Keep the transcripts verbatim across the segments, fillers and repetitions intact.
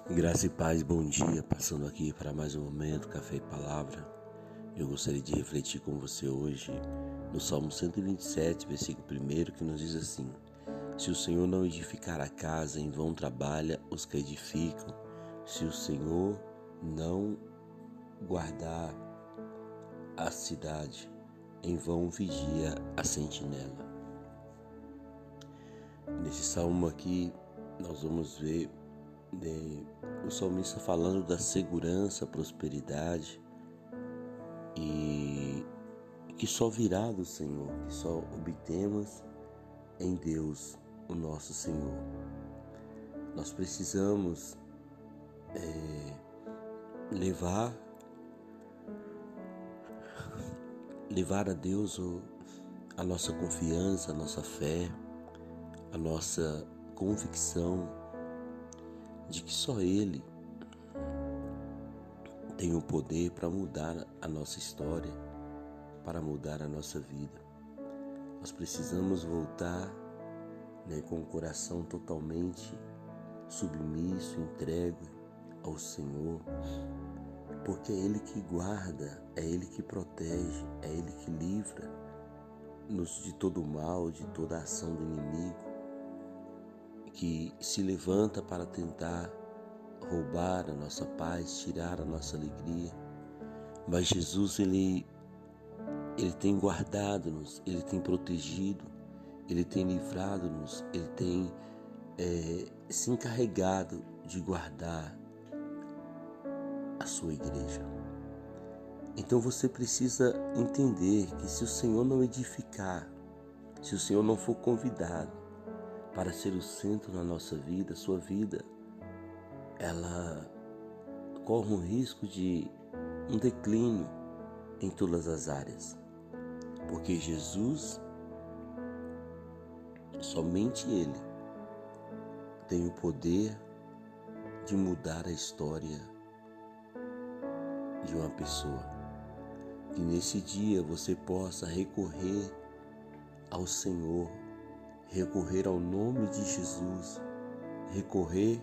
Graça e paz, bom dia, passando aqui para mais um momento, Café e Palavra. Eu gostaria de refletir com você hoje no Salmo cento e vinte e sete, versículo um, que nos diz assim: Se o Senhor não edificar a casa, em vão trabalha os que edificam. Se o Senhor não guardar a cidade, em vão vigia a sentinela. Nesse salmo aqui, nós vamos ver né, o salmista falando da segurança, prosperidade e que só virá do Senhor, que só obtemos em Deus, o nosso Senhor. Nós precisamos é, levar levar a Deus a nossa confiança, a nossa fé, a nossa convicção de que só Ele tem o poder para mudar a nossa história, para mudar a nossa vida. Nós precisamos voltar né, com o coração totalmente submisso, entregue ao Senhor, porque é Ele que guarda, é Ele que protege, é Ele que livra-nos de todo o mal, de toda a ação do inimigo, que se levanta para tentar roubar a nossa paz, tirar a nossa alegria. Mas Jesus, Ele, Ele tem guardado-nos, Ele tem protegido, Ele tem livrado-nos, Ele tem é, se encarregado de guardar a sua igreja. Então você precisa entender que se o Senhor não edificar, se o Senhor não for convidado para ser o centro na nossa vida, sua vida, ela corre um risco de um declínio em todas as áreas. Porque Jesus, somente Ele, tem o poder de mudar a história de uma pessoa. Que nesse dia você possa recorrer ao Senhor, recorrer ao nome de Jesus, recorrer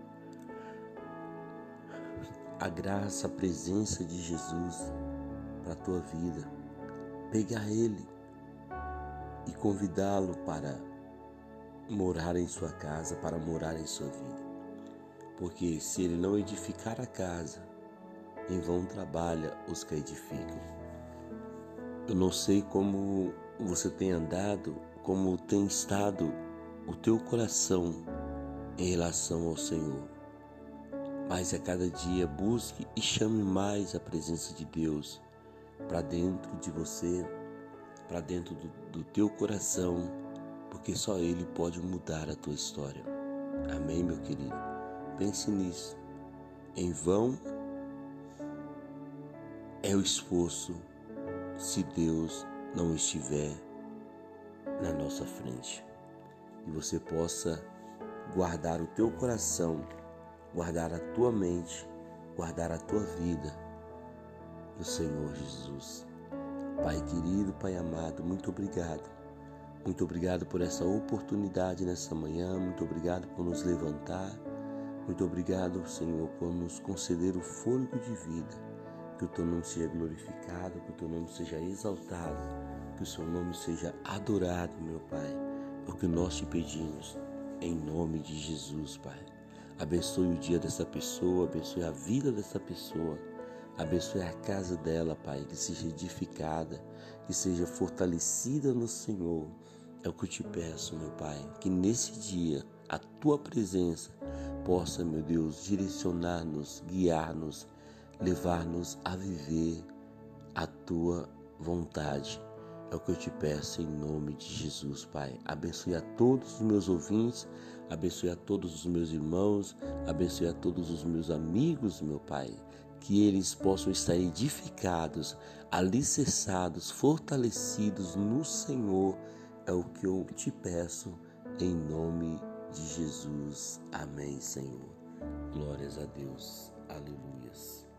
à graça, à presença de Jesus para a tua vida, pegar Ele e convidá-lo para morar em sua casa, para morar em sua vida. Porque se Ele não edificar a casa, em vão trabalha os que edificam. Eu não sei como você tem andado, como tem estado o teu coração em relação ao Senhor. Mas a cada dia busque e chame mais a presença de Deus para dentro de você, para dentro do, do teu coração, porque só Ele pode mudar a tua história. Amém, meu querido? Pense nisso. Em vão é o esforço se Deus não estiver na nossa frente. E você possa guardar o teu coração, guardar a tua mente, guardar a tua vida no Senhor Jesus. Pai querido, Pai amado, muito obrigado. Muito obrigado por essa oportunidade nessa manhã. Muito obrigado por nos levantar. Muito obrigado, Senhor, por nos conceder o fôlego de vida. Que o teu nome seja glorificado, que o teu nome seja exaltado, que o seu nome seja adorado, meu Pai. É o que nós te pedimos, em nome de Jesus, Pai. Abençoe o dia dessa pessoa, abençoe a vida dessa pessoa, abençoe a casa dela, Pai, que seja edificada, que seja fortalecida no Senhor. É o que eu te peço, meu Pai, que nesse dia a tua presença possa, meu Deus, direcionar-nos, guiar-nos, levar-nos a viver a tua vontade. É o que eu te peço em nome de Jesus, Pai. Abençoe a todos os meus ouvintes, abençoe a todos os meus irmãos, abençoe a todos os meus amigos, meu Pai. Que eles possam estar edificados, alicerçados, fortalecidos no Senhor. É o que eu te peço em nome de Jesus. Amém, Senhor. Glórias a Deus. Aleluias.